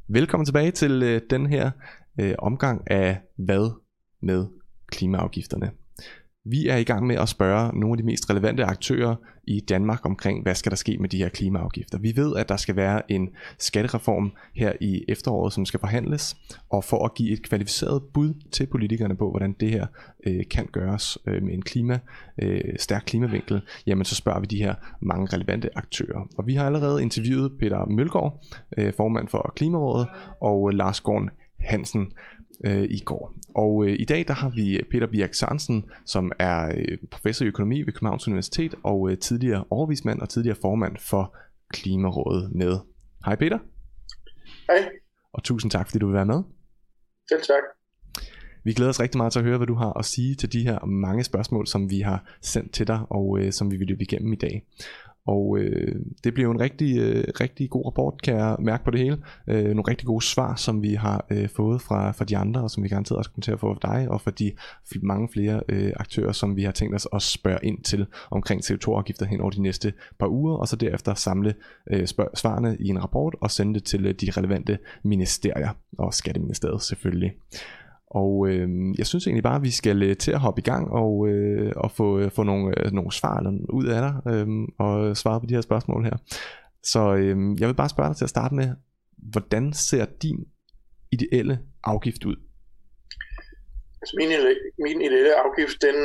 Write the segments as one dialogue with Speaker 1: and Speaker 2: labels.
Speaker 1: Velkommen tilbage til den her omgang af hvad med klimaafgifterne. Vi er i gang med at spørge nogle af de mest relevante aktører i Danmark omkring, hvad skal der ske med de her klimaafgifter. Vi ved, at der skal være en skattereform her i efteråret, som skal forhandles, og for at give et kvalificeret bud til politikerne på, hvordan det her kan gøres med en stærk klimavinkel, jamen så spørger vi de her mange relevante aktører. Og vi har allerede interviewet Peter Mølgaard, formand for Klimarådet, og Lars Gårn Hansen i går. Og i dag der har vi Peter Birch Sørensen, som er professor i økonomi ved Københavns Universitet og tidligere overvismand og tidligere formand for Klimarådet med. Hej Peter.
Speaker 2: Hej.
Speaker 1: Og tusind tak, fordi du vil være med.
Speaker 2: Selv tak.
Speaker 1: Vi glæder os rigtig meget til at høre, hvad du har at sige til de her mange spørgsmål, som vi har sendt til dig, og som vi vil løbe igennem i dag. Og det bliver jo en rigtig god rapport, kan jeg mærke på det hele. Nogle rigtig gode svar, som vi har fået fra de andre, og som vi garanteret også kommer til at få fra dig, og fra de mange flere aktører, som vi har tænkt os at spørge ind til omkring CO2-afgifter hen over de næste par uger, og så derefter samle svarene i en rapport og sende det til de relevante ministerier, og Skatteministeriet selvfølgelig. Og jeg synes egentlig bare, at vi skal til at hoppe i gang og få nogle svar ud af dig og svare på de her spørgsmål her. Så jeg vil bare spørge dig til at starte med, hvordan ser din ideelle afgift ud?
Speaker 2: Altså min ideelle afgift, den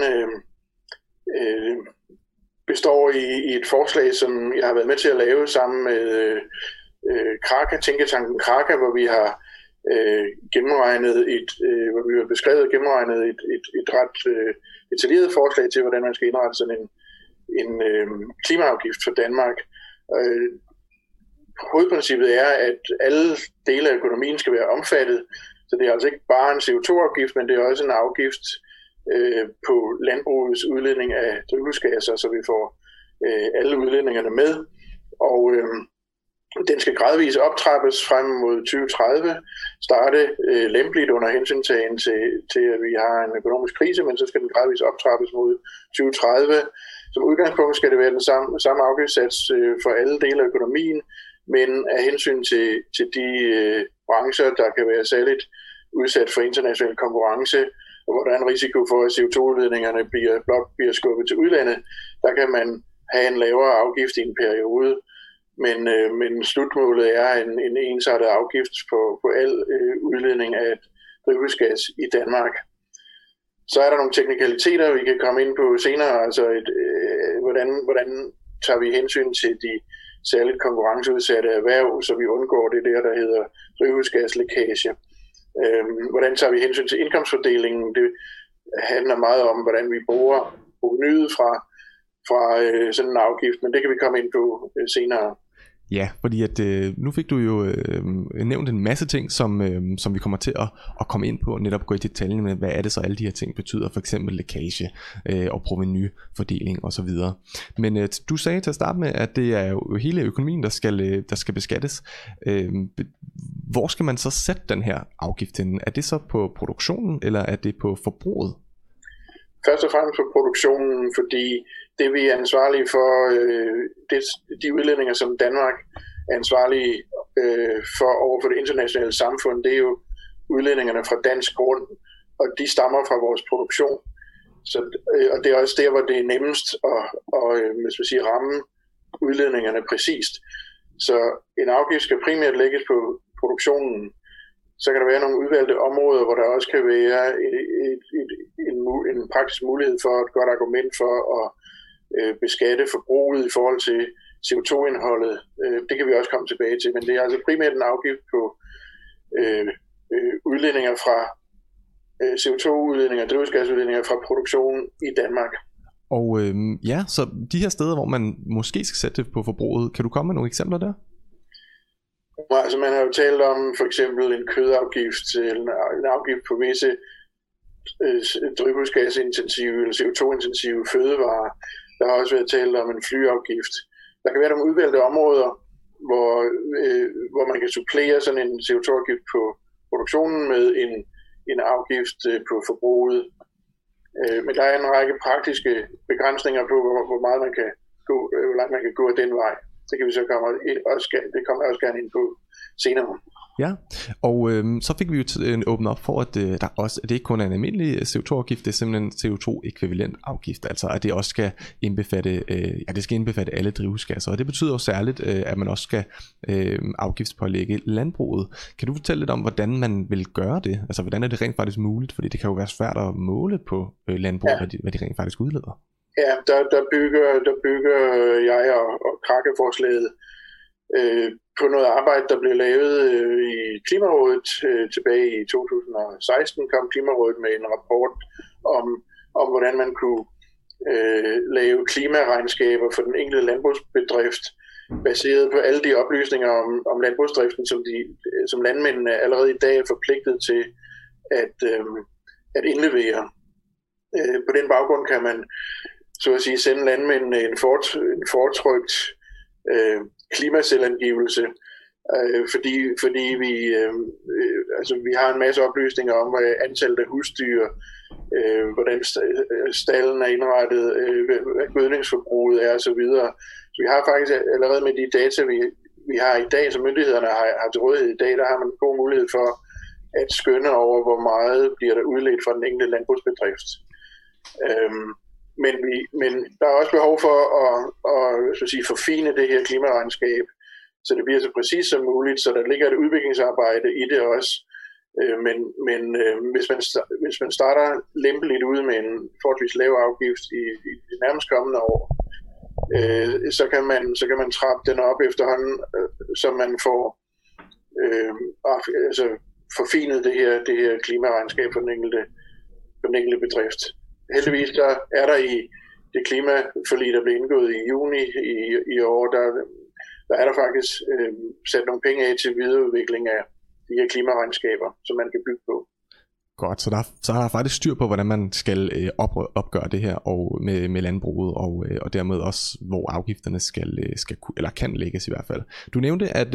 Speaker 2: består i et forslag, som jeg har været med til at lave sammen med Kraka, tænketanken Kraka, hvor vi har hvor vi har beskrevet og gennemregnet et ret detaljeret forslag til, hvordan man skal indrette sådan en klimaafgift for Danmark. Hovedprincippet er, at alle dele af økonomien skal være omfattet, så det er altså ikke bare en CO2-afgift, men det er også en afgift på landbrugets udledning af drivhusgasser, så vi får alle udledningerne med. Og den skal gradvist optrappes frem mod 2030, starte lempeligt under hensyntagen til, at vi har en økonomisk krise, men så skal den gradvist optrappes mod 2030. Som udgangspunkt skal det være den samme afgiftssats for alle dele af økonomien, men af hensyn til de brancher, der kan være særligt udsat for international konkurrence, og hvor der er en risiko for, at CO2-udledningerne bliver skubbet til udlandet, der kan man have en lavere afgift i en periode. Men slutmålet er en ensartet afgift på al udledning af drivhusgas i Danmark. Så er der nogle teknikaliteter, vi kan komme ind på senere, altså hvordan tager vi hensyn til de særligt konkurrenceudsatte erhverv, så vi undgår det der hedder drivhusgaslækage. Hvordan tager vi hensyn til indkomstfordelingen? Det handler meget om, hvordan vi bruger provenuet fra sådan en afgift, men det kan vi komme ind på senere.
Speaker 1: Ja, fordi at nu fik du jo nævnt en masse ting, som vi kommer til at komme ind på, netop gå i detaljen med, hvad er det så alle de her ting betyder, for eksempel lækage og provenufordeling osv. Men du sagde til at starte med, at det er jo hele økonomien, der skal beskattes. Hvor skal man så sætte den her afgift hen? Er det så på produktionen, eller er det på forbruget?
Speaker 2: Først og fremmest på produktionen, fordi det vi er ansvarlige for, de udledninger, som Danmark er ansvarlige for over for det internationale samfund, det er jo udledningerne fra dansk grund, og de stammer fra vores produktion. Og det er også der, hvor det er nemmest at ramme udledningerne præcist. Så en afgift skal primært lægges på produktionen. Så kan der være nogle udvalgte områder, hvor der også kan være en praktisk mulighed for et godt argument for at beskatte forbruget i forhold til CO2-indholdet. Det kan vi også komme tilbage til, men det er altså primært en afgift på udledninger fra CO2-udledninger, drivhusgasudledninger fra produktionen i Danmark.
Speaker 1: Og så de her steder, hvor man måske skal sætte det på forbruget, kan du komme med nogle eksempler der?
Speaker 2: Altså man har jo talt om for eksempel en kødafgift, en afgift på visse drivhusgasintensive eller CO2-intensive fødevarer. Der har også været talt om en flyafgift. Der kan være nogle udvalgte områder, hvor man kan supplere sådan en CO2-afgift på produktionen med en afgift på forbruget. Men der er en række praktiske begrænsninger på, hvor meget man kan gå, hvor langt man kan gå den vej. Det kan vi så det kommer jeg også gerne ind på senere.
Speaker 1: Ja, og så fik vi jo åbnet op for, at det ikke kun er en almindelig CO2-afgift, det er simpelthen CO2-ekvivalent afgift, altså at det også skal indbefatte alle drivhusgasser, og det betyder jo særligt, at man også skal afgiftspålægge landbruget. Kan du fortælle lidt om, hvordan man vil gøre det? Altså hvordan er det rent faktisk muligt? Fordi det kan jo være svært at måle på landbruget, hvad de rent faktisk udleder.
Speaker 2: Ja, der bygger jeg og Krake-forslaget på noget arbejde, der blev lavet i Klimarådet. Tilbage i 2016 kom Klimarådet med en rapport om hvordan man kunne lave klimaregnskaber for den enkelte landbrugsbedrift, baseret på alle de oplysninger om landbrugsdriften, som landmændene allerede i dag er forpligtet til at indlevere. På den baggrund kan man så at sige sende landmændene en fortrykt klimaselvangivelse, fordi vi har en masse oplysninger om antallet af husdyr, hvordan stallen er indrettet, hvad gødningsforbruget er osv. Så vi har faktisk allerede med de data, vi har i dag, som myndighederne har til rådighed i dag, der har man en god mulighed for at skønne over, hvor meget bliver der udledt fra den enkelte landbrugsbedrift. Men der er også behov for at forfine det her klimaregnskab, så det bliver så præcis som muligt, så der ligger et udviklingsarbejde i det også. Men hvis man starter lempeligt ud med en forholdsvis lav afgift i de nærmest kommende år, så kan man trappe den op efterhånden, så man får forfinet det her klimaregnskab for den enkelte bedrift. Heldigvis der er der i det klimaforlig, der blev indgået i juni i år, der er der faktisk sat nogle penge af til videreudvikling af de her klimaregnskaber, som man kan bygge på.
Speaker 1: Godt, så er der faktisk styr på, hvordan man skal opgøre det her og med landbruget, og dermed også, hvor afgifterne skal eller kan lægges i hvert fald. Du nævnte, at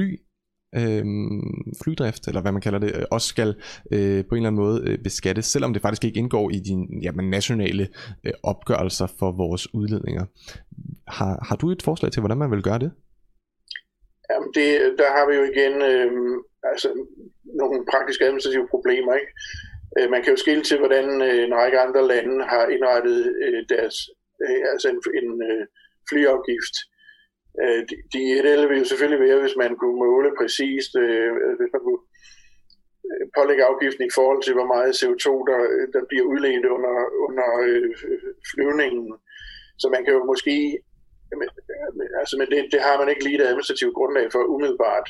Speaker 1: flydrift, eller hvad man kalder det, også skal på en eller anden måde beskattes, selvom det faktisk ikke indgår i de nationale opgørelser for vores udledninger. Har du et forslag til, hvordan man vil gøre det?
Speaker 2: Jamen der har vi jo igen nogle praktiske administrative problemer, ikke? Man kan jo skille til, hvordan en række andre lande har indrettet deres en flyafgift. De ideelle vil jo selvfølgelig være, hvis man kunne måle præcist, hvis man kunne pålægge afgiften i forhold til, hvor meget CO2 der bliver udledt under flyvningen. Så man kan jo måske, men det har man ikke lige det administrative grundlag for umiddelbart.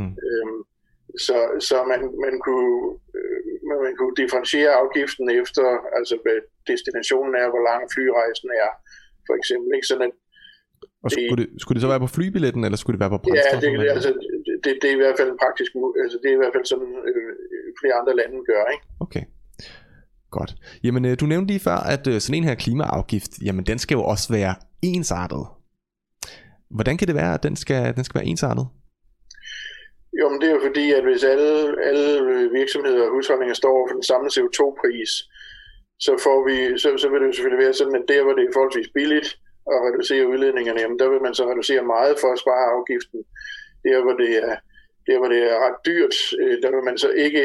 Speaker 2: Så man kunne differentiere afgiften efter, altså hvad destinationen er, hvor lang flyrejsen er, for eksempel. Ikke? Sådan at
Speaker 1: og skulle det så være på flybilletten, eller skulle det være på brændstof?
Speaker 2: Ja, det er i hvert fald en praktisk, altså det er i hvert fald sådan flere andre lande gør, ikke?
Speaker 1: Okay, godt. Jamen, du nævnte lige før, at sådan en her klimaafgift, jamen den skal jo også være ensartet. Hvordan kan det være, at den skal være ensartet?
Speaker 2: Jo, men det er jo fordi, at hvis alle virksomheder og husholdninger står over for den samme CO2-pris, så vil det jo selvfølgelig være sådan, at der, hvor det er forholdsvis billigt at reducere udledningerne, jamen der vil man så reducere meget for at spare afgiften. Der, hvor det er ret dyrt, der vil man så ikke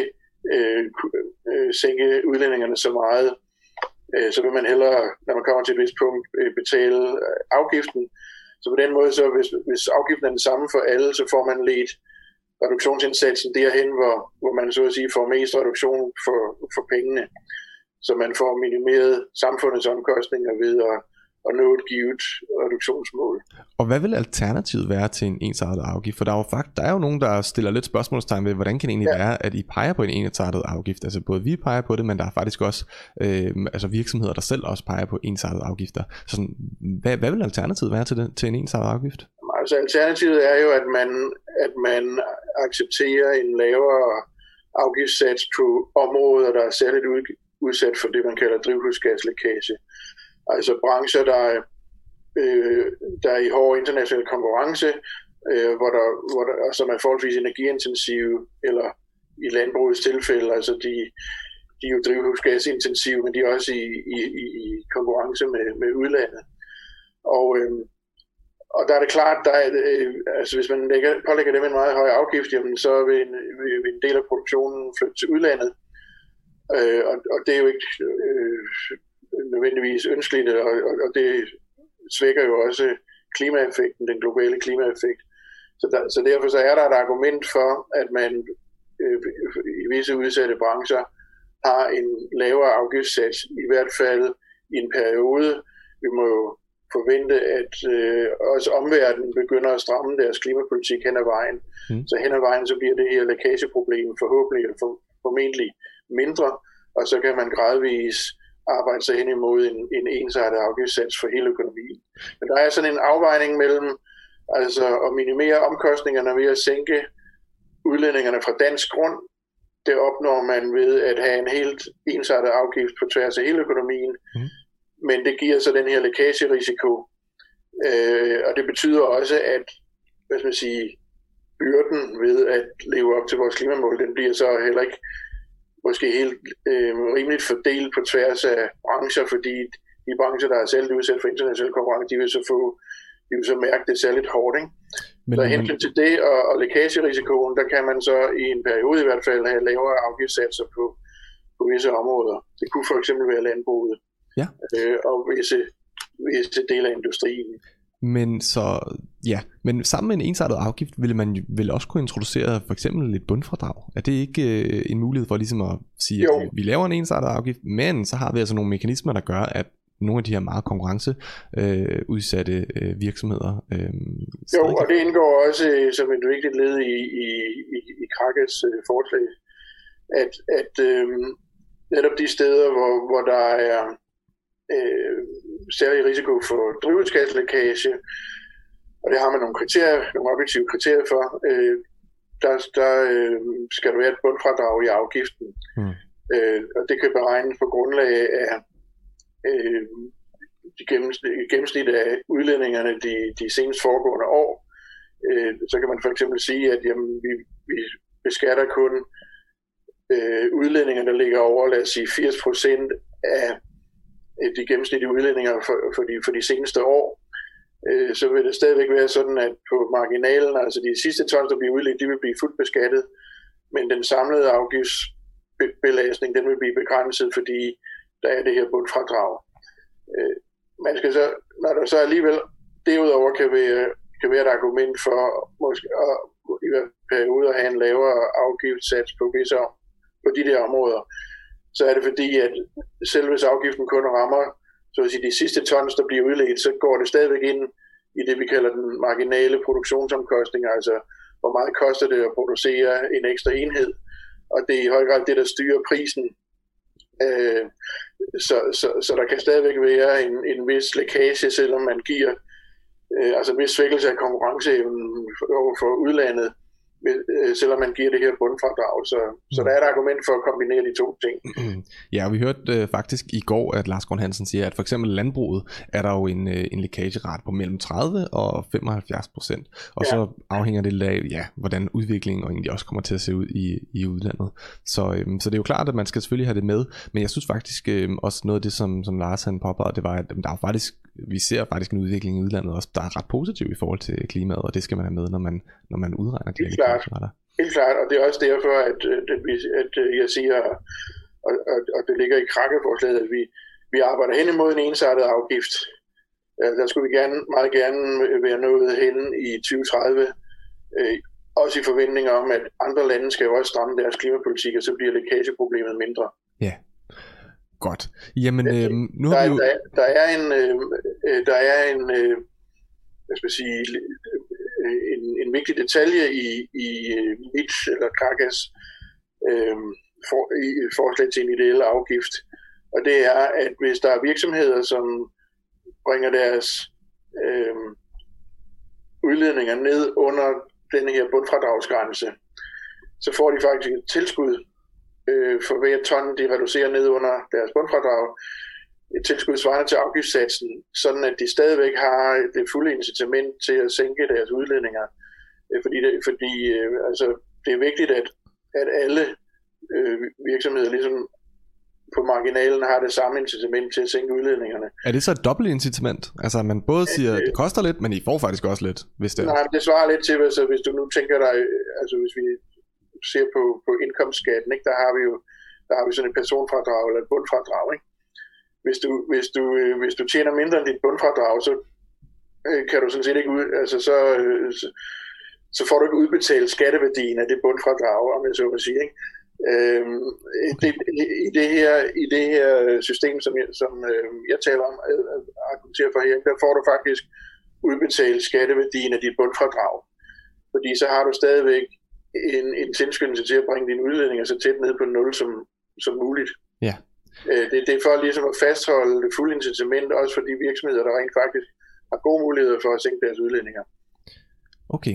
Speaker 2: sænke udledningerne så meget. Så vil man hellere, når man kommer til et vist punkt, betale afgiften. Så på den måde, så hvis afgiften er den samme for alle, så får man ledt reduktionsindsatsen derhen, hvor man så at sige får mest reduktion for pengene. Så man får minimeret samfundets omkostninger ved at nå et givet reduktionsmål.
Speaker 1: Og hvad vil alternativet være til en ensartet afgift? For der er jo nogen, der stiller lidt spørgsmålstegn ved, hvordan kan det egentlig være, at I peger på en ensartet afgift? Altså både vi peger på det, men der er faktisk også virksomheder, der selv også peger på ensartede afgifter. Så sådan, hvad vil alternativet være til en ensartet afgift?
Speaker 2: Altså alternativet er jo, at man accepterer en lavere afgiftssats på områder, der er særligt udsat for det, man kalder drivhusgaslækage. Altså brancher, der er i hård international konkurrence, som er forholdsvis energiintensive, eller i landbrugets tilfælde, altså de er jo drivhusgasintensive, men de er også i konkurrence med udlandet. Og der er det klart, altså hvis man pålægger dem en meget høj afgift, jamen så vil en del af produktionen flytte til udlandet. Og det er jo ikke nødvendigvis ønskeligt, og det svækker jo også klimaeffekten, den globale klimaeffekt. Så derfor så er der et argument for, at man i visse udsatte brancher har en lavere afgiftssats, i hvert fald i en periode. Vi må jo forvente, at også omverdenen begynder at stramme deres klimapolitik hen ad vejen. Så hen ad vejen så bliver det her lækageproblem forhåbentlig formentlig mindre, og så kan man gradvis arbejde sig hen imod en ensartet afgiftssats for hele økonomien. Men der er sådan en afvejning mellem altså at minimere omkostningerne ved at sænke udledningerne fra dansk grund. Det opnår man ved at have en helt ensartet afgift på tværs af hele økonomien, men det giver så den her lækagerisiko, og det betyder også, at byrden ved at leve op til vores klimamål, den bliver så heller ikke måske helt rimeligt fordelt på tværs af brancher, fordi de brancher, der er særligt udsat for international konkurrence, de vil så mærke det særligt hårdt, ikke? Så hensyn til det og lækagerisikoen, der kan man så i en periode i hvert fald have lavere afgiftssatser på visse områder. Det kunne for eksempel være landbruget, og visse dele af industrien.
Speaker 1: Men sammen med en ensartet afgift ville man vel også kunne introducere for eksempel et bundfradrag. Er det ikke en mulighed for ligesom at sige, at vi laver en ensartet afgift, men så har vi altså nogle mekanismer, der gør, at nogle af de her meget konkurrenceudsatte virksomheder
Speaker 2: jo, og det indgår også som et vigtigt led i Krakas forslag, at netop de steder, hvor der er særlig risiko for drivhusgaslækage, og det har man nogle objektive kriterier for, der skal der være et bundfradrag i afgiften. Og det kan beregnes på grundlag af gennemsnit af udledningerne de senest foregående år. Så kan man for eksempel sige, at vi beskatter kun udledninger, der ligger over, lad os sige, 80% af de gennemsnitlige udledninger for de seneste år. Så vil det stadigvæk være sådan, at på marginalen, altså de sidste tons, der bliver udledt, de vil blive fuldt beskattet, men den samlede afgiftsbelastning, den vil blive begrænset, fordi der er det her bundfradrag. Man skal så, når der så alligevel derudover kan være et argument for måske i hver periode at have en lavere afgiftssats på de der områder, så er det fordi, at selv hvis afgiften kun rammer så at sige, de sidste tons, der bliver udledt, så går det stadigvæk ind i det, vi kalder den marginale produktionsomkostning, altså hvor meget koster det at producere en ekstra enhed, og det er i høj grad det, der styrer prisen. Så der kan stadigvæk være en vis lækage, selvom man giver altså en vis svækkelse af konkurrenceevnen over for udlandet, selvom man giver det her bundfradrag. Så der er et argument for at kombinere de to ting.
Speaker 1: Ja, og vi hørte faktisk i går, at Lars Grøn Hansen siger, at for eksempel landbruget er der jo en lækagerate på mellem 30 og 75%. Og så afhænger det af, hvordan udviklingen og egentlig også kommer til at se ud i udlandet. Så det er jo klart, at man skal selvfølgelig have det med. Men jeg synes faktisk også noget af det, som Lars han påpegede, det var, at der er faktisk, vi ser faktisk en udvikling i udlandet også, der er ret positiv i forhold til klimaet, og det skal man have med, når man udregner de her.
Speaker 2: Helt klart, og det er også derfor, at jeg siger, og det ligger i Kraka-forslaget, at vi arbejder hen imod en ensartet afgift. Der skulle vi meget gerne være nået hen i 2030, også i forventning om, at andre lande skal jo også stramme deres klimapolitik, og så bliver lækageproblemet mindre.
Speaker 1: Ja, godt. Jamen, nu
Speaker 2: der,
Speaker 1: har vi jo...
Speaker 2: der er en hvad skal jeg sige, en vigtig detalje i mit eller Krakas forslag til en ideel afgift, og det er, at hvis der er virksomheder, som bringer deres udledninger ned under den her bundfradragsgrænse, så får de faktisk et tilskud for hver ton, de reducerer ned under deres bundfradrag, et tilskud svarende til afgiftssatsen, sådan at de stadigvæk har det fulde incitament til at sænke deres udledninger. Fordi altså, det er vigtigt, at alle virksomheder ligesom på marginalen har det samme incitament til at sænke udledningerne.
Speaker 1: Er det så et dobbelt incitament? Altså man både siger, at det koster lidt, men I får faktisk også lidt, hvis det er.
Speaker 2: Nej, det svarer lidt til, altså, hvis du nu tænker dig, altså hvis vi ser på indkomstskatten, ikke, der har vi sådan et personfradrag eller et bundfradrag, ikke? Hvis du tjener mindre end dit bundfradrag, så kan du sådan set ikke så får du ikke udbetalt skatteværdien af det bundfradrag, om jeg så vil sige, ikke? I det her system, som jeg taler om, argumenterer for her, der får du faktisk udbetalt skatteværdien af dit bundfradrag. Fordi så har du stadigvæk en tilskyndelse til at bringe dine udledninger så tæt ned på 0 som muligt.
Speaker 1: Ja.
Speaker 2: Det er for ligesom at fastholde det fulde incitament, også for de virksomheder, der rent faktisk har gode muligheder for at sænke deres udledninger.
Speaker 1: Okay.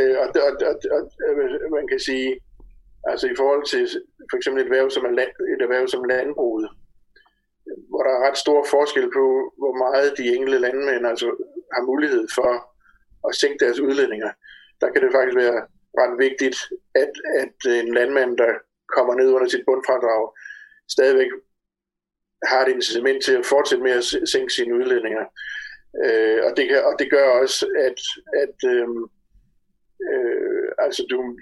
Speaker 2: Og man kan sige, altså i forhold til for eksempel et erhverv som landbruget, hvor der er ret stor forskel på, hvor meget de enkelte landmænd altså har mulighed for at sænke deres udledninger. Der kan det faktisk være ret vigtigt, at en landmand, der kommer ned under sit bundfradrag, stadigvæk har et incitament til at fortsætte med at sænke sine udledninger. Og det gør også, at altså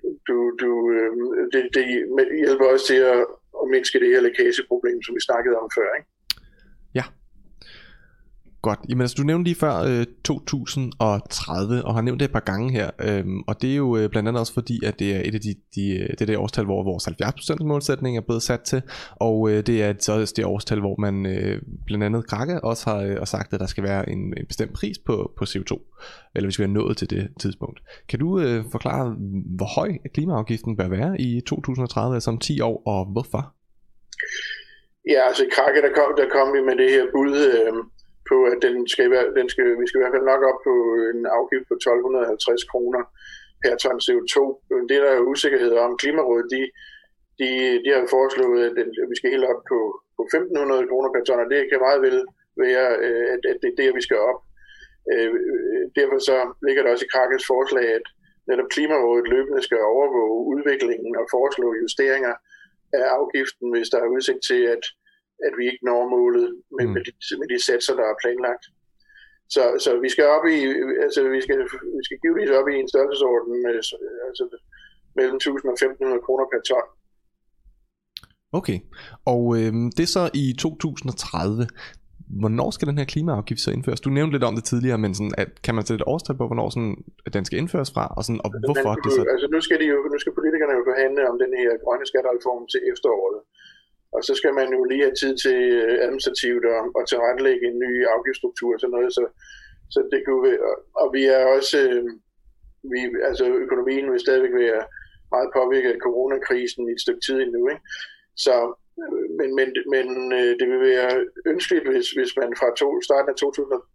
Speaker 2: det hjælper også til at mindske det her lækageproblem, som vi snakkede om før, ikke?
Speaker 1: Ja. Godt. Jamen, altså, du nævnte lige før 2030, og har nævnt det et par gange her, og det er jo blandt andet også fordi, at det er et af det årstal, hvor vores 70% målsætning er blevet sat til, og det er så det årstal, hvor man blandt andet Kraka også har sagt, at der skal være en bestemt pris på CO2, eller vi skal være nået til det tidspunkt. Kan du forklare, hvor høj klimaafgiften bør være i 2030, altså om 10 år, og hvorfor?
Speaker 2: Ja, altså i Kraka, der kom vi med det her bud på, at vi skal i hvert fald nok op på en afgift på 1250 kroner per ton CO2. Det der er usikkerhed om. Klimarådet, de har foreslået, at vi skal helt op på 1500 kroner per ton, og det kan meget vel være, at det er der, vi skal op. Derfor så ligger der også i Krakas forslag, at netop Klimarådet løbende skal overvåge udviklingen og foreslå justeringer af afgiften, hvis der er udsigt til, at vi ikke når målet med de satser, der er planlagt. Så vi skal op i, altså vi skal givetvis op i en størrelsesorden, altså mellem 1000 og 1500 kroner per ton.
Speaker 1: Okay, og det er så i 2030. Hvornår skal den her klimaafgift så indføres? Du nævnte lidt om det tidligere, men sådan, kan man sætte et årstal på, hvornår sådan, at den skal indføres fra, og, sådan, og hvorfor det så?
Speaker 2: Altså nu skal politikerne jo forhandle om den her grønne skattereform til efteråret. Og så skal man jo lige have tid til administrativt at tilrettelægge en ny afgiftsstruktur og sådan noget. Så det kunne være, og vi er også, altså økonomien vil stadigvæk være meget påvirket af coronakrisen i et stykke tid endnu, ikke? Så, men det vil være ønskeligt, hvis man fra starten af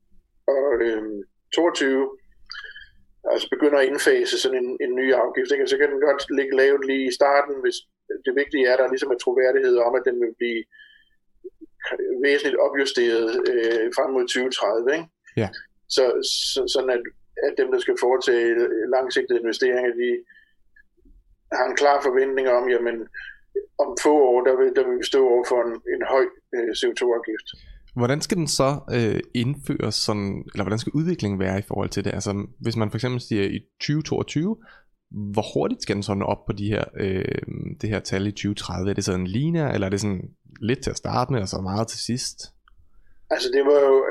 Speaker 2: 2022 altså begynder at indfase sådan en ny afgift, ikke? Så kan den godt ligge lavt lige i starten, hvis det vigtige er, at der ligesom er troværdighed om, at den vil blive væsentligt opjusteret frem mod 2030, ikke?
Speaker 1: Ja.
Speaker 2: Så sådan at dem, der skal foretage langsigtede investeringer, de har en klar forventning om, jamen om få år, der vil vi stå over for en høj CO2-afgift.
Speaker 1: Hvordan skal den så indføres sådan, eller hvordan skal udviklingen være i forhold til det? Altså hvis man for eksempel siger i 2022, hvor hurtigt skal den så nå op på det her tal i 2030? Er det sådan en lineær, eller er det sådan lidt til at starte med, og så meget til sidst?
Speaker 2: Altså det var jo,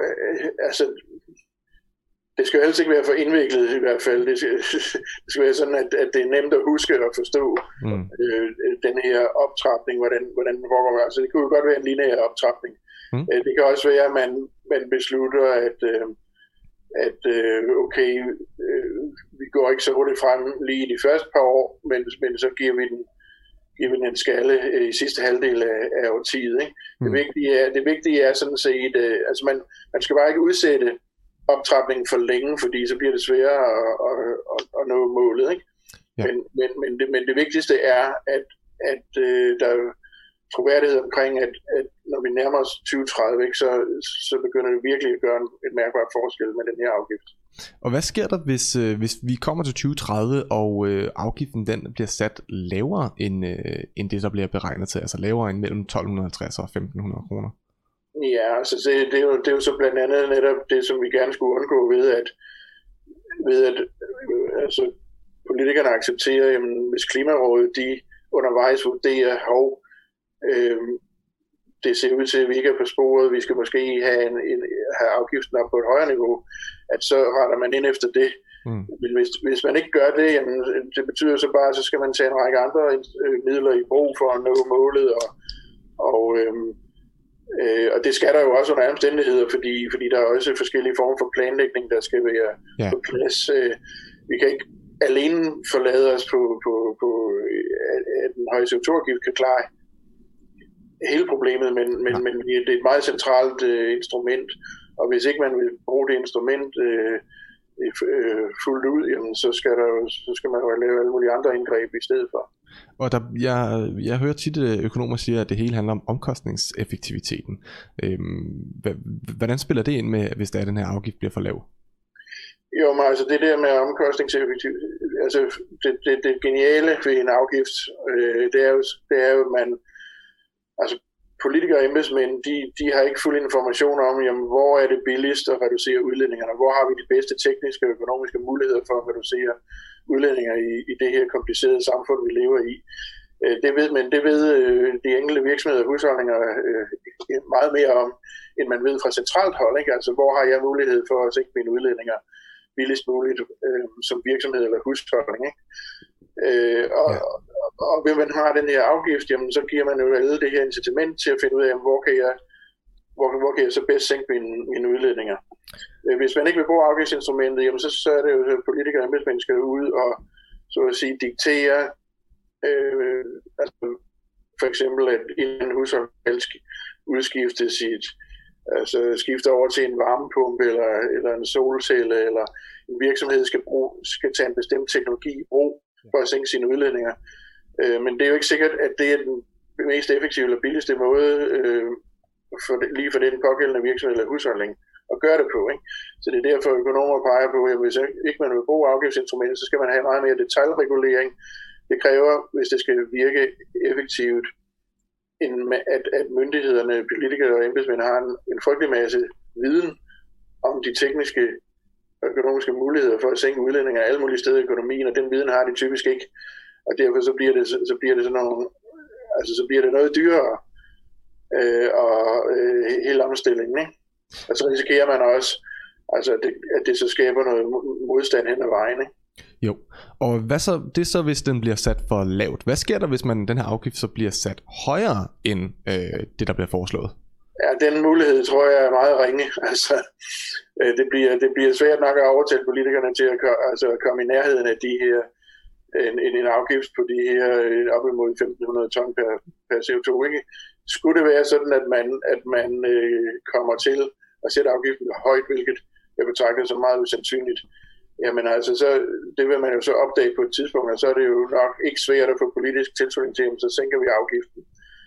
Speaker 2: det skal jo helst ikke være for indviklet i hvert fald. Det skal være sådan, at det er nemt at huske og forstå den her optrapning, hvordan den foregår. Altså det kunne jo godt være en lineær optrapning. Det kan også være, at man beslutter, at okay, vi går ikke så hurtigt frem lige i de første par år, men så giver vi den en skalle i sidste halvdel af årtiet, ikke? Det vigtige er sådan set, altså man skal bare ikke udsætte optrapningen for længe, fordi så bliver det sværere at nå målet, ikke? Ja. Men det vigtigste er, at der er troværdighed omkring, at når vi nærmer os 2030, ikke, så begynder det virkelig at gøre et mærkbart forskel med den her afgift.
Speaker 1: Og hvad sker der, hvis vi kommer til 2030, og afgiften den bliver sat lavere end det, der bliver beregnet til, altså lavere end mellem 1250 og 1500 kroner?
Speaker 2: Ja, altså det er jo så blandt andet netop det, som vi gerne skulle undgå ved at altså, politikerne accepterer, jamen, hvis Klimarådet de undervejs vurderer, det ser ud til, at vi ikke er på sporet, vi skal måske have afgiften op på et højere niveau, at så retter man ind efter det. Men hvis man ikke gør det, jamen, det betyder så bare, at så skal man tage en række andre midler i brug for at nå målet, og det skal der jo også under omstændigheder, fordi der er også forskellige former for planlægning, der skal være på plads. Vi kan ikke alene forlade os på at den høje CO2-afgift kan klare hele problemet, men det er et meget centralt instrument, og hvis ikke man vil bruge det instrument fuldt ud, jamen, så skal man jo lave alle mulige andre indgreb i stedet for.
Speaker 1: Og jeg hører tit økonomer sige, at det hele handler om omkostningseffektiviteten. Hvordan spiller det ind med, hvis den her afgift bliver for lav?
Speaker 2: Jo, men altså det der med omkostningseffektivitet, altså det geniale ved en afgift, det er jo, at man, altså politikere og embedsmænd, de har ikke fuld information om, jamen, hvor er det billigst at reducere udledningerne, hvor har vi de bedste tekniske og økonomiske muligheder for at reducere udledninger i det her komplicerede samfund, vi lever i. Det ved de enkelte virksomheder og husholdninger meget mere om, end man ved fra centralt hold. Ikke? Altså, hvor har jeg mulighed for at sænke mine udledninger billigst muligt som virksomhed eller husholdning. Ikke? Og hvis man har den her afgift, jamen, så giver man jo alle det her incitament til at finde ud af, hvor kan jeg så bedst sænke mine udledninger. Hvis man ikke vil bruge afgiftsinstrumentet, jamen, så er det jo, at politikere og embedsmænd skal ud og så at sige diktere, altså for eksempel at en hushold udskifte skifte over til en varmepumpe eller en solcelle, eller en virksomhed skal tage en bestemt teknologi i brug for at sænke sine udledninger. Men det er jo ikke sikkert, at det er den mest effektive eller billigste måde lige for den pågældende virksomhed eller husholdning at gøre det på. Ikke? Så det er derfor økonomer peger på, at hvis ikke man vil bruge afgiftsinstrumenter, så skal man have meget mere detailregulering. Det kræver, hvis det skal virke effektivt, at myndighederne, politikere og embedsmænd har en frygtelig masse viden om de tekniske og økonomiske muligheder for at sænke udledninger alle mulige steder i økonomien, og den viden har de typisk ikke. Og derfor så bliver det sådan nogle, altså så bliver det noget dyrere hele omstillingen, ikke? Og så risikerer man også, altså at det så skaber noget modstand hen ad vejen, ikke?
Speaker 1: Jo, og hvad så, det er så hvis den bliver sat for lavt. Hvad sker der, hvis den her afgift så bliver sat højere end det, der bliver foreslået?
Speaker 2: Ja, den mulighed tror jeg er meget ringe. Altså, det bliver svært nok at overtale politikerne til at komme i nærheden af de her en afgift på de her op imod 1.500 ton per CO2. Ikke? Skulle det være sådan, at man kommer til at sætte afgiften højt, hvilket jeg betragter som meget usandsynligt, jamen altså, så, det vil man jo så opdage på et tidspunkt, og så er det jo nok ikke svært at få politisk tilslutning til, så sænker vi afgiften.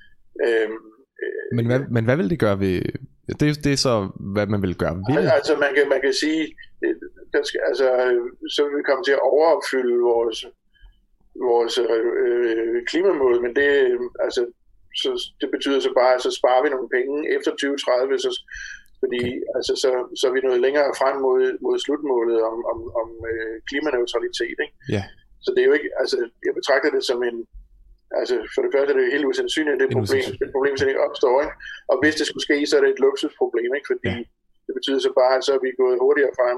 Speaker 1: Men hvad vil det gøre ved... Det er så, hvad man vil gøre ved det?
Speaker 2: Altså, man kan sige, så vil vi komme til at overopfylde vores klimamål, men det betyder så bare, at så sparer vi nogle penge efter 2030, fordi altså, så er vi nået længere frem mod slutmålet om klimaneutralitet. Ikke?
Speaker 1: Yeah.
Speaker 2: Så det er jo ikke, altså, jeg betragter det som altså for det første er det jo helt usandsynligt, at det problem så ikke opstår. Ikke? Og hvis det skulle ske, så er det et luksusproblem, ikke? Fordi det betyder så bare, at så er vi gået hurtigere frem.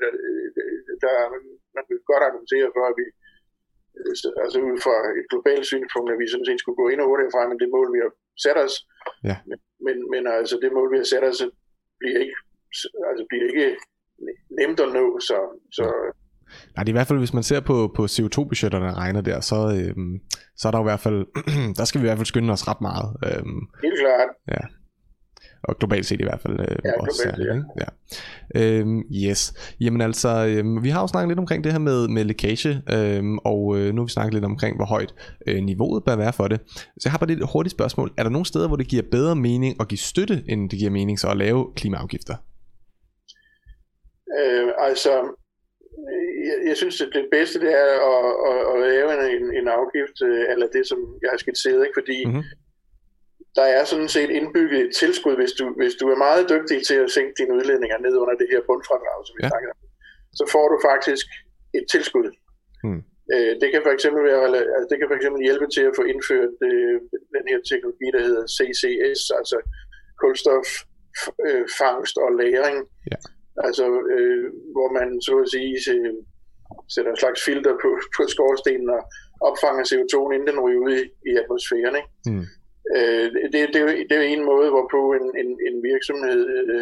Speaker 2: Man kan godt argumentere for, at vi altså ud fra et globalt synspunkt, at vi sådan set skulle gå endnu hurtigere frem, end det mål, vi har sat os.
Speaker 1: Ja.
Speaker 2: Men altså det mål, vi har sat os, bliver ikke nemt at nå. Så
Speaker 1: nej, det er i hvert fald, hvis man ser på CO2-budgetterne regner der, så er der i hvert fald, der skal vi i hvert fald skynde os ret meget.
Speaker 2: Helt klart.
Speaker 1: Ja. Og globalt set i hvert fald også særligt, ja. Yes. Jamen altså, vi har jo snakket lidt omkring det her med lækage, og nu har vi snakket lidt omkring, hvor højt niveauet bør være for det. Så jeg har bare et hurtigt spørgsmål. Er der nogle steder, hvor det giver bedre mening at give støtte, end det giver mening så at lave klimaafgifter?
Speaker 2: Altså, jeg synes, at det bedste det er at lave en afgift, eller det, som jeg har skitseret, ikke? Fordi der er sådan set indbygget et tilskud, hvis du er meget dygtig til at sænke dine udledninger ned under det her bundfradrag, som vi snakker om, så får du faktisk et tilskud. Det kan for eksempel hjælpe til at få indført den her teknologi, der hedder CCS, altså kulstoffangst og lagring. Ja. Altså, hvor man så at sige sætter en slags filter på skorstenen og opfanger CO2'en, inden den ryger ud i atmosfæren. Ikke? Det er en måde, hvorpå en virksomhed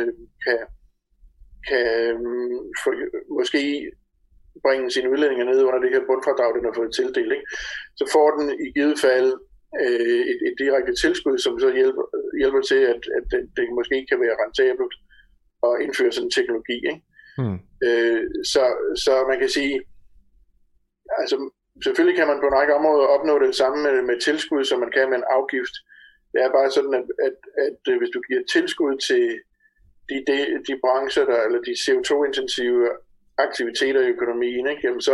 Speaker 2: kan måske bringe sine udledninger ned under det her bundfradrag, den har fået tildelt. Ikke? Så får den i givet fald et direkte tilskud, som så hjælper til, at det måske kan være rentabelt at indføre sådan en teknologi. Ikke? Så man kan sige, altså selvfølgelig kan man på en række områder opnå det samme med tilskud, som man kan med en afgift. Det er bare sådan, at hvis du giver tilskud til de brancher, eller de CO2-intensive aktiviteter i økonomien, ikke? Jamen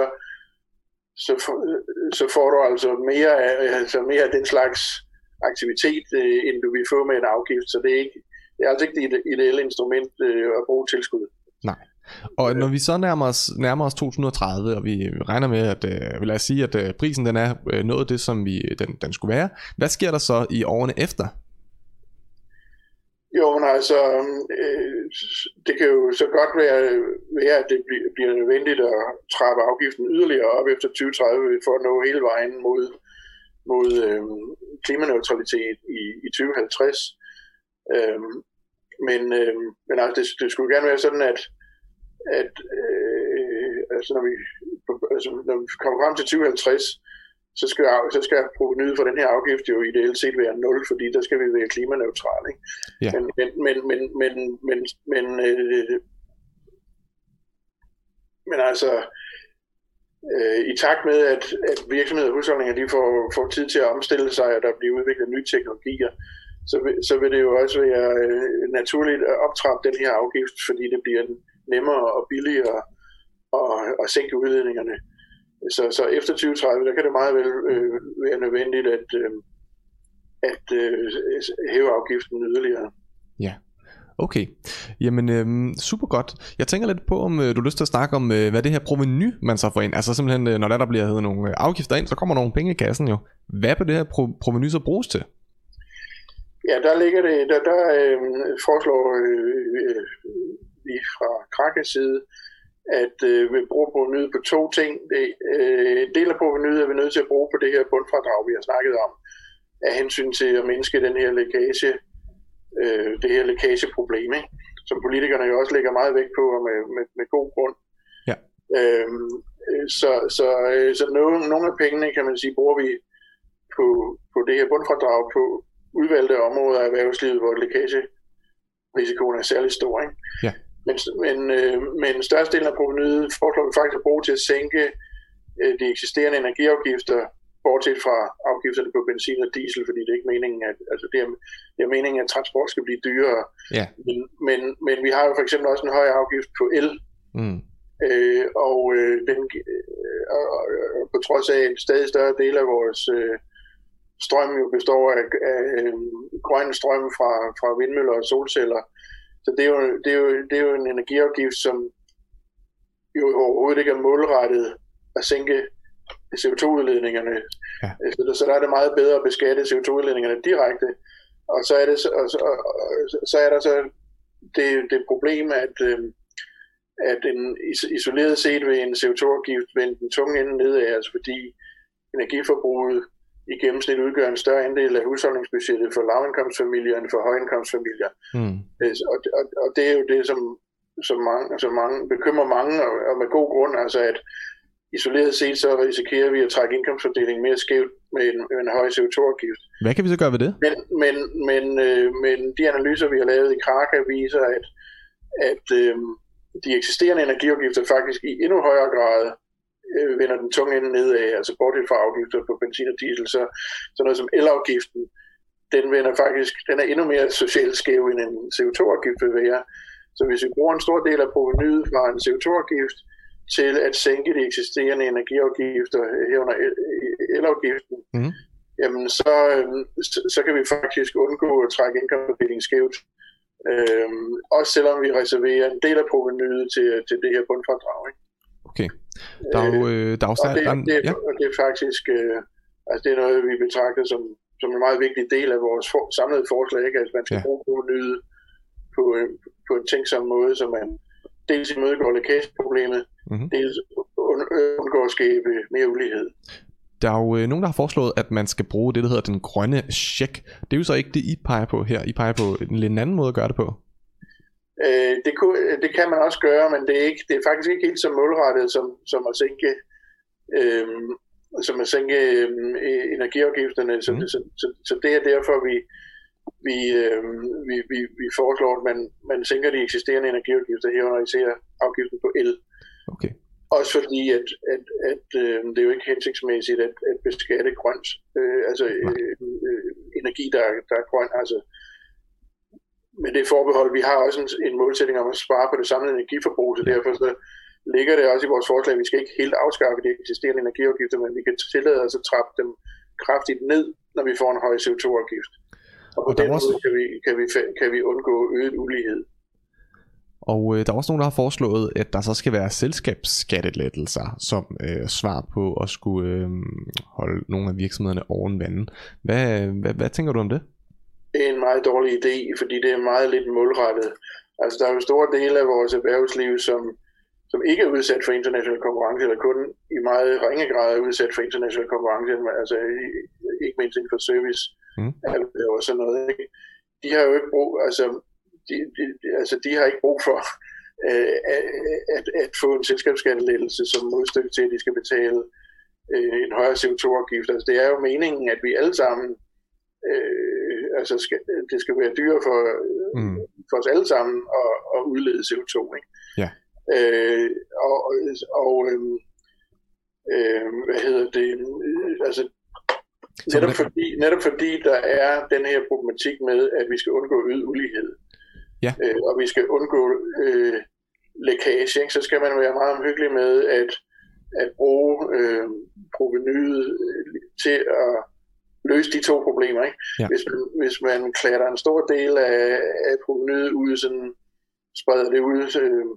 Speaker 2: så får du altså mere af den slags aktivitet, end du vil få med en afgift. Så det er altså ikke det ideelle instrument at bruge tilskud.
Speaker 1: Nej. Og når vi så nærmer os 2030, og vi regner med, at lad os sige, at prisen den er nået det, som den skulle være, hvad sker der så i årene efter?
Speaker 2: Jo, men altså, det kan jo så godt være at det bliver nødvendigt at trappe afgiften yderligere op efter 2030 for at nå hele vejen mod klimaneutralitet i 2050. Men altså, det skulle gerne være sådan, at når vi kommer frem til 2050, så skal provenyet for den her afgift jo ideelt set være 0, fordi der skal vi være klimaneutrale. Ikke? Ja. Men altså, i takt med, at virksomheder og husholdninger de får tid til at omstille sig, og der bliver udviklet nye teknologier, så vil det jo også være naturligt at optrappe den her afgift, fordi det bliver nemmere og billigere at sænke udledningerne. Så efter 2030, der kan det meget vel være nødvendigt at hæve afgiften yderligere.
Speaker 1: Ja, okay. Jamen, super godt. Jeg tænker lidt på, om du har lyst til at snakke om, hvad det her provenu, man så får ind. Altså simpelthen, når der bliver hævet nogle afgifter ind, så kommer nogle penge i kassen jo. Hvad vil det her provenu så bruges til?
Speaker 2: Ja, der ligger det, der foreslår vi fra Krakas side, at vi bruger provenuet på to ting. En del af provenuet er vi nødt til at bruge på det her bundfradrag, vi har snakket om, af hensyn til at mindske den her det her lækageproblem, ikke? Som politikerne jo også lægger meget vægt på, og med god grund. Ja. Så nogle af pengene, kan man sige, bruger vi på det her bundfradrag på udvalgte områder af erhvervslivet, hvor lækagerisikoen er særlig stor, ikke? Ja. Men størstedelen af provenuet foreslår vi faktisk at bruge til at sænke de eksisterende energiafgifter, bortset fra afgifterne på benzin og diesel, fordi det er ikke meningen, det er meningen, at transport skal blive dyrere. Ja. Men vi har jo for eksempel også en høj afgift på el, og på trods af en stadig større del af vores strøm jo består af grøn strøm fra vindmøller og solceller. Så det er jo en energiafgift, som jo overhovedet ikke er målrettet at sænke CO2-udledningerne. Ja. Så der er det meget bedre at beskatte CO2-udledningerne direkte. Og så er der så det problem, at isoleret set ved en CO2-afgift vende den tunge ende nedad, altså fordi energiforbruget i gennemsnit udgør en større andel af husholdningsbudgettet for lavindkomstfamilier end for højindkomstfamilier. Og det er jo det, som mange bekymrer mange, og med god grund, altså at isoleret set så risikerer vi at trække indkomstfordelingen mere skævt med en høj CO2-afgift.
Speaker 1: Hvad kan vi så gøre ved det?
Speaker 2: Men de analyser, vi har lavet i Kraka, viser, at de eksisterende energiafgifter faktisk i endnu højere grad vender den tunge ende nedad, altså bortset fra afgifter på benzin og diesel, så noget som elafgiften, den er endnu mere socialt skæv end en CO2-afgift vil være. Så hvis vi bruger en stor del af provenuet fra en CO2-afgift til at sænke de eksisterende energiafgifter herunder elafgiften, jamen så kan vi faktisk undgå at trække indkomstfordelingen skævt. Også selvom vi reserverer en del af provenuet til det her bundfradrag. Ikke?
Speaker 1: Okay. Der er jo
Speaker 2: det er faktisk altså det er noget, vi betragter som en meget vigtig del af vores samlede forslag, ikke? Altså man skal bruge provenuet på en tænksom måde, så man dels imødegår lækageproblemet, dels undgår at skabe mere ulighed.
Speaker 1: Der er jo nogen, der har foreslået, at man skal bruge det, der hedder den grønne check. Det er jo så ikke det, I peger på her. I peger på en lidt anden måde at gøre det på.
Speaker 2: Det kan man også gøre, men det er faktisk ikke helt så målrettet som at sænke energiafgifterne. Så det er derfor, vi foreslår, at man sænker de eksisterende energiafgifter herunder især afgiften på el.
Speaker 1: Okay.
Speaker 2: Også fordi, at det er jo ikke hensigtsmæssigt at beskatte grønt, energi, der er grøn. Altså, med det forbehold, vi har også en målsætning om at spare på det samlede energiforbrug, så derfor så ligger det også i vores forslag, at vi skal ikke helt afskaffe de eksisterende energiafgifter, men vi kan tillade os at trappe dem kraftigt ned, når vi får en høj CO2-afgift. Og på den måde kan vi undgå øget ulighed.
Speaker 1: Og der er også nogen, der har foreslået, at der så skal være selskabsskattelettelser som svar på at skulle holde nogle af virksomhederne oven vandet. Hvad tænker du om det?
Speaker 2: Det er en meget dårlig idé, fordi det er meget lidt målrettet. Altså der er jo store dele af vores erhvervsliv, som ikke er udsat for international konkurrence, eller kun i meget ringe grad er udsat for international konkurrence, altså ikke mindst inden for service og sådan noget. Ikke? De har jo ikke brug, de har ikke brug for at få en selskabsskattelettelse som modstykke til, at de skal betale en højere CO2-afgift. Altså det er jo meningen, at vi alle sammen det skal være dyrere for os alle sammen at udlede CO2, ikke?
Speaker 1: Ja.
Speaker 2: Hvad hedder det? Altså netop fordi der er den her problematik med, at vi skal undgå øget ulighed, og vi skal undgå lækage, ikke? Så skal man være meget omhyggelig med at bruge provenuet til at løse de to problemer, ikke? Ja. Hvis man klatter en stor del af provenuet ud, sådan spreder det ud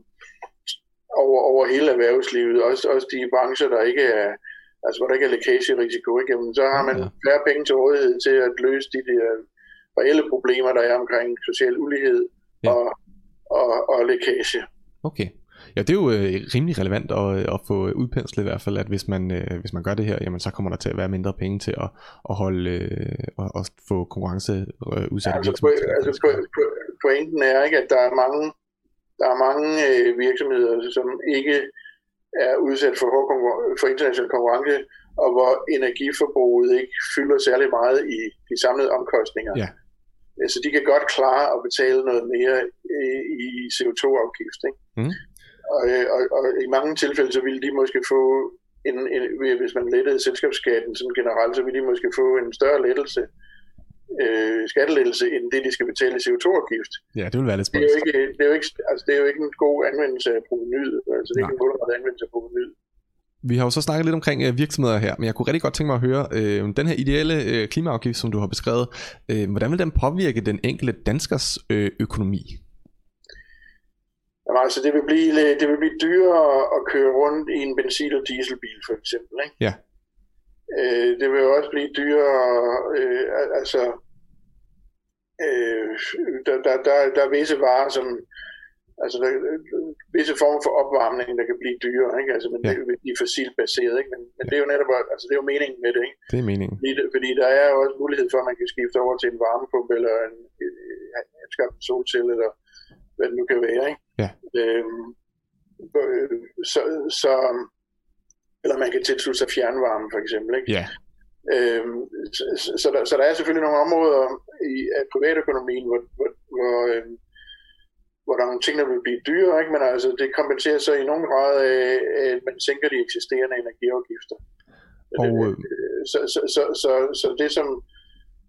Speaker 2: over hele erhvervslivet, også de brancher, der ikke er, altså hvor der ikke er lækagerisiko, ikke? Jamen, så har man flere penge til rådighed til at løse de der reelle problemer, der er omkring social ulighed og lækage.
Speaker 1: Okay. Ja, det er jo rimelig relevant at få udpenslet i hvert fald, at hvis man gør det her, jamen så kommer der til at være mindre penge til at holde og få konkurrenceudsatte virksomheder.
Speaker 2: Pointen er ikke, at der er mange virksomheder, som ikke er udsat for international konkurrence, og hvor energiforbruget ikke fylder særlig meget i de samlede omkostninger. Ja. Så de kan godt klare at betale noget mere i CO2-afgift, ikke? Og i mange tilfælde, så ville de måske få, hvis man lettede selskabsskatten sådan generelt, så ville de måske få en større skattelettelse, end det, de skal betale i CO2-afgift.
Speaker 1: Ja, det vil være lidt
Speaker 2: spændende. Det er jo ikke en god anvendelse af provenuet. Altså, det er ikke en målrettet anvendelse af provenuet.
Speaker 1: Vi har jo så snakket lidt omkring virksomheder her, men jeg kunne rigtig godt tænke mig at høre, den her ideelle klimaafgift, som du har beskrevet, hvordan vil den påvirke den enkelte danskers økonomi?
Speaker 2: Jamen, altså, det vil blive dyrere at køre rundt i en benzin- og dieselbil, for eksempel, ikke?
Speaker 1: Ja.
Speaker 2: Det vil også blive dyrere, der er visse varer, som, altså der visse former for opvarmning, der kan blive dyrere, ikke? Altså, men det vil blive fossilt baseret, ikke? Men det er jo netop, altså det er jo meningen med det, ikke?
Speaker 1: Det er meningen.
Speaker 2: Fordi der er jo også mulighed for, at man kan skifte over til en varmepumpe, eller en solcelle, eller hvad det nu kan være, ikke?
Speaker 1: Ja.
Speaker 2: Eller man kan tilslutte sig fjernvarme, for eksempel, ikke?
Speaker 1: Ja.
Speaker 2: Så der er selvfølgelig nogle områder af privatøkonomien, hvor der er nogle ting, der vil blive dyrere, ikke? Men altså, det kompenserer sig i nogen grad af, at man sænker de eksisterende energiafgifter. Så det som,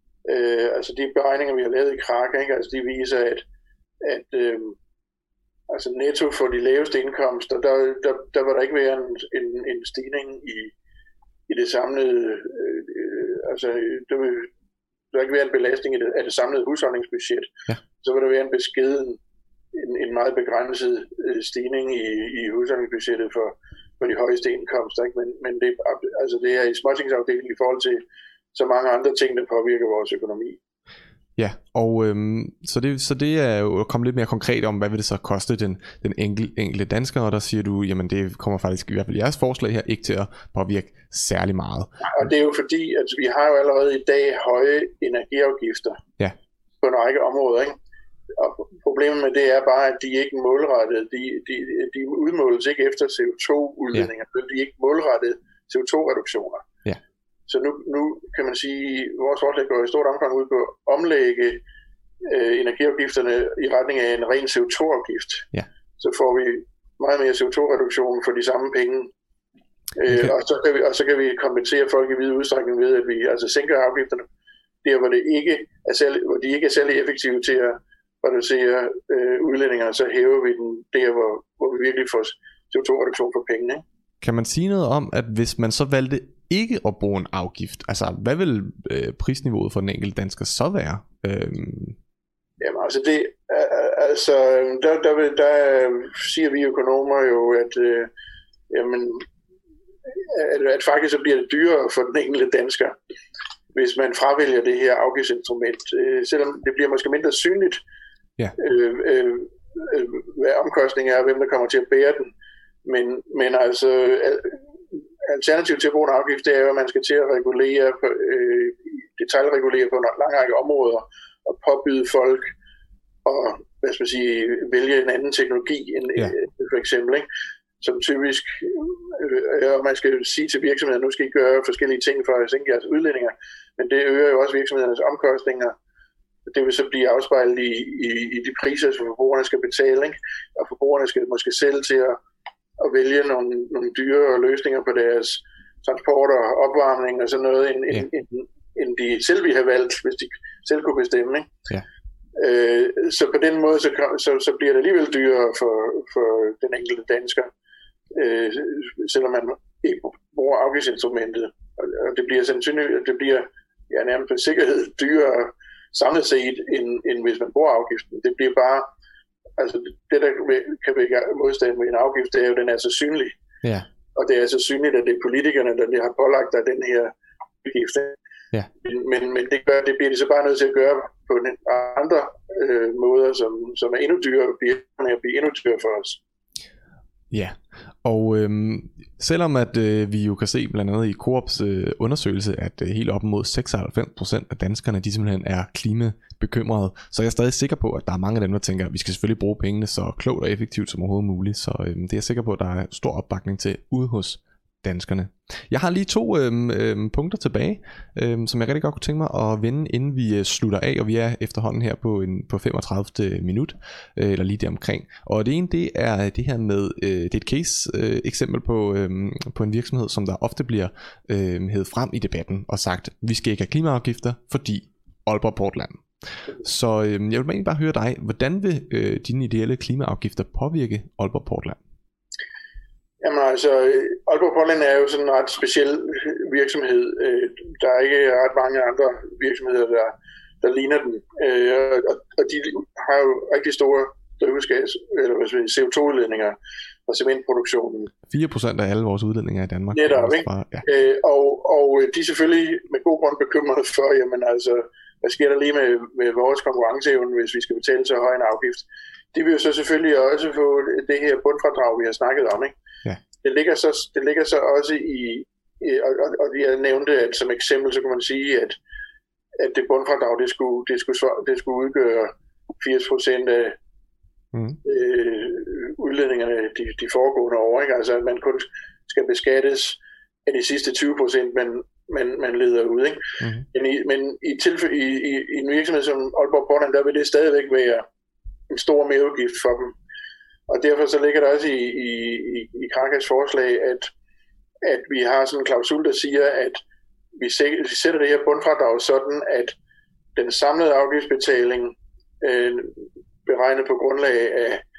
Speaker 2: altså de beregninger, vi har lavet i Kraka, ikke? Altså de viser, altså netto for de laveste indkomster, der var der ikke være en stigning i det samlede, altså der vil der ikke være en belastning af det samlede husholdningsbudget.
Speaker 1: Ja.
Speaker 2: Så vil der være en beskeden, en meget begrænset stigning i husholdningsbudgettet for de højeste indkomster. Ikke? Men det, altså det er i småtingsafdelingen i forhold til så mange andre ting, der påvirker vores økonomi.
Speaker 1: Ja, og så det er jo kommet lidt mere konkret om, hvad vil det så koste den enkelte dansker, og der siger du, jamen det kommer faktisk i hvert fald jeres forslag her ikke til at påvirke særlig meget.
Speaker 2: Og det er jo fordi, at vi har jo allerede i dag høje energiafgifter på en række områder, ikke? Og problemet med det er bare, at de ikke er målrettet, de udmåles ikke efter CO2-udledninger, de er ikke målrettet CO2-reduktioner.
Speaker 1: Ja.
Speaker 2: Så nu kan man sige, at vores forslag går i stort omfang ud på at omlægge energiafgifterne i retning af en ren CO2-afgift.
Speaker 1: Ja.
Speaker 2: Så får vi meget mere CO2-reduktion for de samme penge. Okay. Og så kan vi kompensere folk i vid udstrækning ved, at vi altså sænker afgifterne der, hvor de ikke er særlig effektive til at reducere udledninger, så hæver vi den der, hvor vi virkelig får CO2-reduktion for pengene.
Speaker 1: Kan man sige noget om, at hvis man så valgte ikke at bruge en afgift, altså hvad vil prisniveauet for den enkelte dansker så være?
Speaker 2: Jamen altså det, der siger vi økonomer jo, at faktisk så bliver det dyrere for den enkelte dansker, hvis man fravælger det her afgiftsinstrument, selvom det bliver måske mindre synligt, hvad omkostningen er, og hvem der kommer til at bære den. Men altså, alternativ til at bruge en afgift, det er jo, at man skal til at regulere, detaljregulere på en lang række områder, og påbyde folk og vælge en anden teknologi end for eksempel, ikke? Som typisk, og man skal sige til virksomheder, nu skal I gøre forskellige ting for at sænke jeres udledninger, men det øger jo også virksomhedernes omkostninger. Det vil så blive afspejlet i de priser, som forbrugerne skal betale, ikke? Og forbrugerne skal måske selv til at vælge nogle dyre løsninger på deres transport og opvarmning og sådan noget, end de selv ville have valgt, hvis de selv kunne bestemme, ikke? Ja. Så på den måde, så bliver det alligevel dyrere for den enkelte dansker, selvom man ikke bruger afgiftsinstrumentet. Og det bliver sandsynligt, det bliver nærmest for sikkerhed dyrere samlet set, end hvis man bruger afgiften. Det bliver bare, altså det der kan vække modstand med en afgift, det er jo, den er så synlig.
Speaker 1: Ja.
Speaker 2: Og det er så synligt, at det er politikerne, der har pålagt af den her afgift.
Speaker 1: Ja.
Speaker 2: Men det bliver de så bare nødt til at gøre på andre måder, som er endnu dyrere, bliver endnu dyrere for os.
Speaker 1: Ja, og selvom at vi jo kan se blandt andet i Coops undersøgelse, at helt op mod 96% af danskerne, de simpelthen er klimabekymrede, så er jeg stadig sikker på, at der er mange af dem, der tænker, at vi skal selvfølgelig bruge pengene så klogt og effektivt som overhovedet muligt, så det er jeg sikker på, at der er stor opbakning til ude hos danskerne. Jeg har lige 2 punkter tilbage, som jeg rigtig godt kunne tænke mig at vende, inden vi slutter af, og vi er efterhånden her på 35. minut, eller lige deromkring. Og det ene, det er det her med, det er et case eksempel på en virksomhed, som der ofte bliver hævet frem i debatten og sagt, vi skal ikke have klimaafgifter, fordi Aalborg Portland. Så jeg vil egentlig bare høre dig, hvordan vil dine ideelle klimaafgifter påvirke Aalborg Portland?
Speaker 2: Jamen altså, Aalborg Portland er jo sådan en ret speciel virksomhed. Der er ikke ret mange andre virksomheder, der ligner den. Og de har jo rigtig store drivhusgas, eller CO2-udledninger fra cementproduktionen.
Speaker 1: 4% af alle vores udledninger i Danmark.
Speaker 2: Netop, ikke? Ja. Og de er selvfølgelig med god grund bekymrede for, jamen altså, hvad sker der lige med vores konkurrenceevne, hvis vi skal betale så høj en afgift? De vil jo så selvfølgelig også få det her bundfradrag, vi har snakket om, ikke?
Speaker 1: Ja.
Speaker 2: Det ligger så også og jeg nævnte, at som eksempel, så kan man sige, at det bundfradrag, det skulle udgøre 80% af udledningerne de foregående år, ikke? Altså, at man kun skal beskattes af de sidste 20%, man leder ud, ikke? Mm-hmm. Men i en virksomhed som Aalborg Portland, der vil det stadigvæk være en stor merudgift for dem. Og derfor så ligger der også i Krakas forslag, at vi har sådan en klausul, der siger, at vi sætter det her bundfradrag sådan, at den samlede afgiftsbetaling beregnet på grundlag af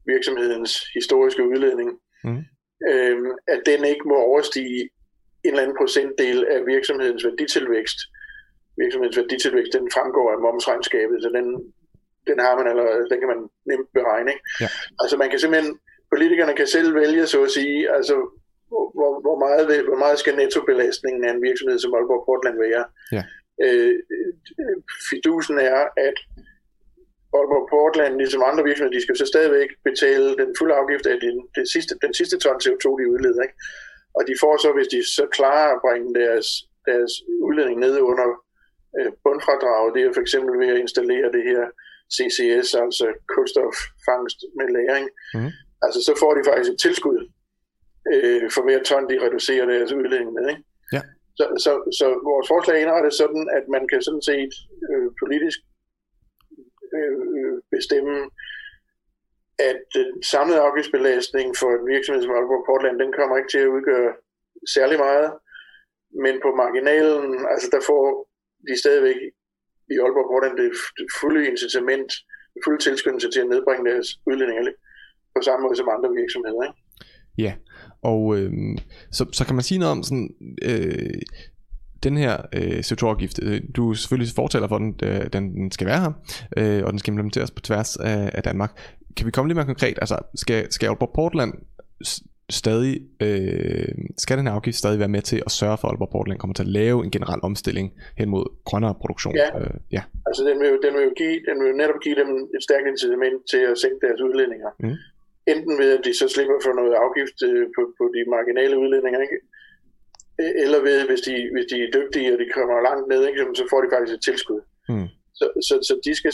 Speaker 2: virksomhedens historiske udledning, at den ikke må overstige en eller anden procentdel af virksomhedens værditilvækst. Virksomhedens værditilvækst, den fremgår af momsregnskabet, så den har man allerede, den kan man nemt beregne. Ja. Altså man kan simpelthen, politikerne kan selv vælge, så at sige, altså hvor meget skal nettobelastningen af en virksomhed som Aalborg Portland være. Ja. Fidusen er, at Aalborg Portland, ligesom andre virksomheder, de skal så stadigvæk betale den fulde afgift af den sidste ton CO2, de udleder. Ikke? Og de får så, hvis de så klarer at bringe deres udledning ned under bundfradraget, det er for eksempel ved at installere det her CCS, altså kulstoffangst med lagring, altså så får de faktisk et tilskud for hver ton, de reducerer deres udledning med. Ikke? Ja. Så vores forslag indrettet sådan, at man kan sådan set politisk bestemme, at den samlede afgiftsbelastning for en virksomhed som Aalborg Portland, den kommer ikke til at udgøre særlig meget, men på marginalen, altså der får de stadigvæk i Aalborg Portland det fulde incitament, det fulde tilskyndelse til at nedbringe deres udledninger på samme måde som andre virksomheder. Ikke?
Speaker 1: Ja, og så kan man sige noget om sådan, den her CO2-afgift, du er selvfølgelig fortaler for den skal være her, og den skal implementeres på tværs af Danmark. Kan vi komme lidt mere konkret, altså skal Aalborg Portland stadig, skal den her afgift stadig være med til at sørge for, at Aalborg Portland kommer til at lave en generel omstilling hen mod grønnere produktion?
Speaker 2: Ja. Altså den vil netop give dem et stærkt incitament til at sænke deres udledninger. Enten ved, at de så slipper for noget afgift på de marginale udledninger, ikke? Eller ved, hvis de er dygtige, og de kommer langt ned, ikke? Så får de faktisk et tilskud. Så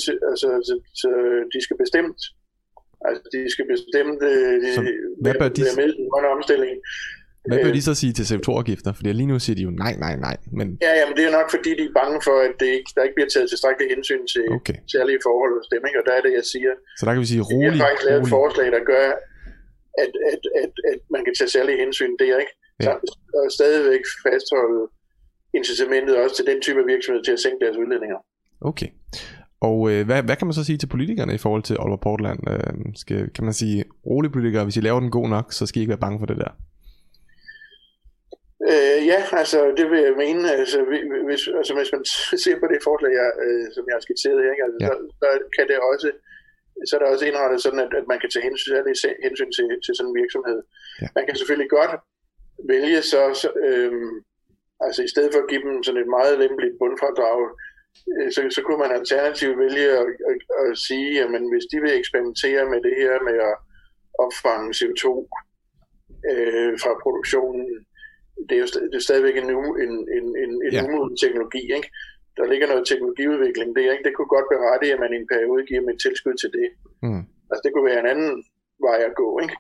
Speaker 2: de skal bestemt, altså de skal bestemt
Speaker 1: hvad bør de
Speaker 2: med i den grønne omstilling.
Speaker 1: Hvad bør de så sige til CO2-afgifter? Fordi lige nu siger de jo nej. Men...
Speaker 2: Ja, men det er nok fordi, de er bange for, at der ikke bliver taget tilstrækkeligt hensyn til særlige forhold hos dem, ikke? Og der er det, jeg siger.
Speaker 1: Så der kan vi sige roligt.
Speaker 2: Jeg har faktisk lavet et forslag, der gør, at man kan tage særlige hensyn der, ikke? Ja. Og stadigvæk fastholde incitamentet også til den type af virksomhed til at sænke deres udledninger.
Speaker 1: Okay. Og hvad kan man så sige til politikerne i forhold til Aalborg Portland? Kan man sige, rolige politikere, hvis I laver den god nok, så skal I ikke være bange for det der?
Speaker 2: Ja, altså det vil jeg mene. Altså, hvis man ser på det forslag, som jeg har skitseret her, ikke? Altså, så kan det også, så er der også indrettet sådan, at man kan tage hensyn til sådan en virksomhed. Ja. Man kan selvfølgelig godt vælge altså i stedet for at give dem sådan et meget lempeligt bundfradrag, så kunne man alternativt vælge at sige, at hvis de vil eksperimentere med det her med at opfange CO2 fra produktionen, det er stadigvæk en umulig teknologi, ikke? Der ligger noget teknologiudvikling der, ikke? Det kunne godt berettige, at man i en periode giver dem et tilskud til det. Altså det kunne være en anden vej at gå, ikke?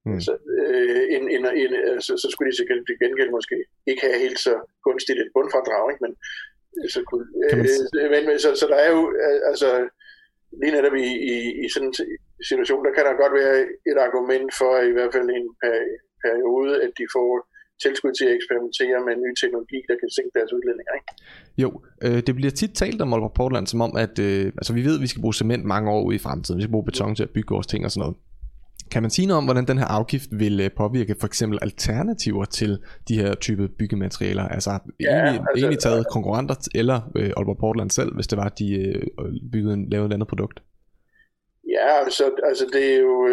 Speaker 2: Så skulle de til gengæld måske ikke have helt så gunstigt et bundfradrag, ikke? Men så der er jo altså lige netop i sådan en situation, der kan der godt være et argument for i hvert fald en periode, at de får tilskud til at eksperimentere med ny teknologi, der kan sænke deres udledninger, ikke?
Speaker 1: Jo, det bliver tit talt om Aalborg Portland som om, at altså vi ved, at vi skal bruge cement mange år ude i fremtiden, vi skal bruge beton til at bygge vores ting og sådan noget. Kan man sige noget om, hvordan den her afgift vil påvirke for eksempel alternativer til de her type byggematerialer? Altså egentlig taget konkurrenter eller Aalborg Portland selv, hvis det var, at de lavede et andet produkt?
Speaker 2: Ja, altså det er jo,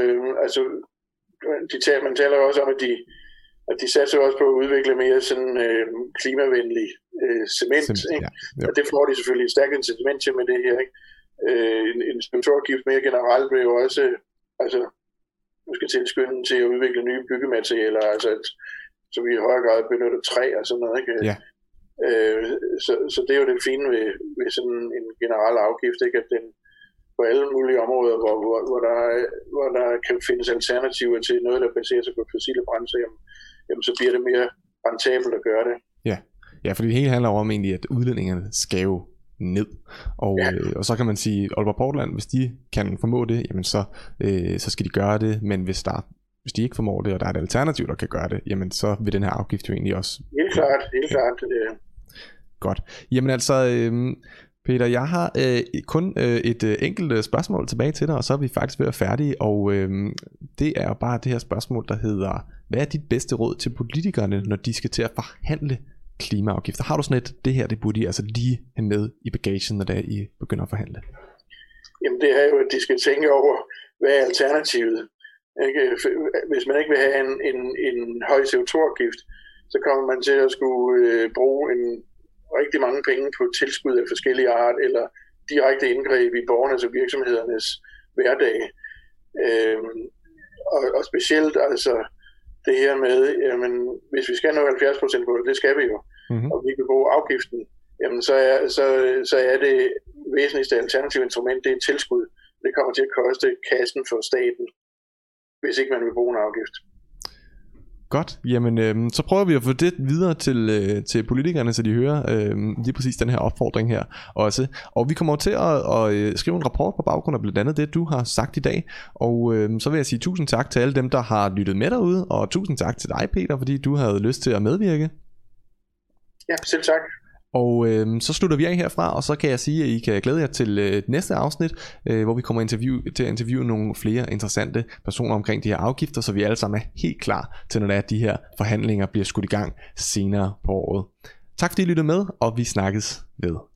Speaker 2: man taler jo også om, at de satser også på at udvikle mere sådan klimavenlig cement, ikke? Ja. Og det får de selvfølgelig et stærkt incitament til med det her, ikke? En CO2-afgift mere generelt vil jo også, altså måske tilskynde til at udvikle nye byggematerialer, altså så vi i højere grad benytter træ og sådan noget, ikke? Ja. Så det er jo det fine ved sådan en generel afgift, ikke? At den på alle mulige områder, hvor der kan findes alternativer til noget, der baserer sig på fossile brændstoffer, jamen så bliver det mere rentabelt at gøre det.
Speaker 1: Ja, for det hele handler om egentlig, at udledningerne skal jo ned, og så kan man sige, Aalborg Portland, hvis de kan formå det, jamen så skal de gøre det, men hvis de ikke formår det, og der er et alternativ, der kan gøre det, jamen så vil den her afgift jo egentlig også...
Speaker 2: Helt klart.
Speaker 1: Godt. Jamen altså, Peter, jeg har kun et enkelt spørgsmål tilbage til dig, og så er vi faktisk ved at være færdige, og det er jo bare det her spørgsmål, der hedder, hvad er dit bedste råd til politikerne, når de skal til at forhandle klimaafgifter? Har du sådan et, det her, det burde I altså lige have med i bagagen, når I begynder at forhandle?
Speaker 2: Jamen det er jo, at de skal tænke over, hvad er alternativet? Ikke? Hvis man ikke vil have en høj CO2-afgift, så kommer man til at skulle bruge rigtig mange penge på tilskud af forskellige art, eller direkte indgreb i borgernes og virksomhedernes hverdag. Og specielt altså det her med, jamen, hvis vi skal nå 70% på det skal vi jo, og vi kan bruge afgiften, jamen så er det væsentligste alternative instrument, det er tilskud. Det kommer til at koste kassen for staten, hvis ikke man vil bruge en afgift.
Speaker 1: Godt, jamen så prøver vi at få det videre til politikerne, så de hører lige præcis den her opfordring her også. Og vi kommer til at skrive en rapport på baggrund af blandt andet det, du har sagt i dag. Og så vil jeg sige tusind tak til alle dem, der har lyttet med derude, og tusind tak til dig, Peter, fordi du havde lyst til at medvirke.
Speaker 2: Ja, selv tak.
Speaker 1: Og så slutter vi af herfra, og så kan jeg sige, at I kan glæde jer til næste afsnit, hvor vi kommer til at interviewe nogle flere interessante personer omkring de her afgifter, så vi alle sammen er helt klar til, når de her forhandlinger bliver skudt i gang senere på året. Tak fordi I lyttede med, og vi snakkes ved.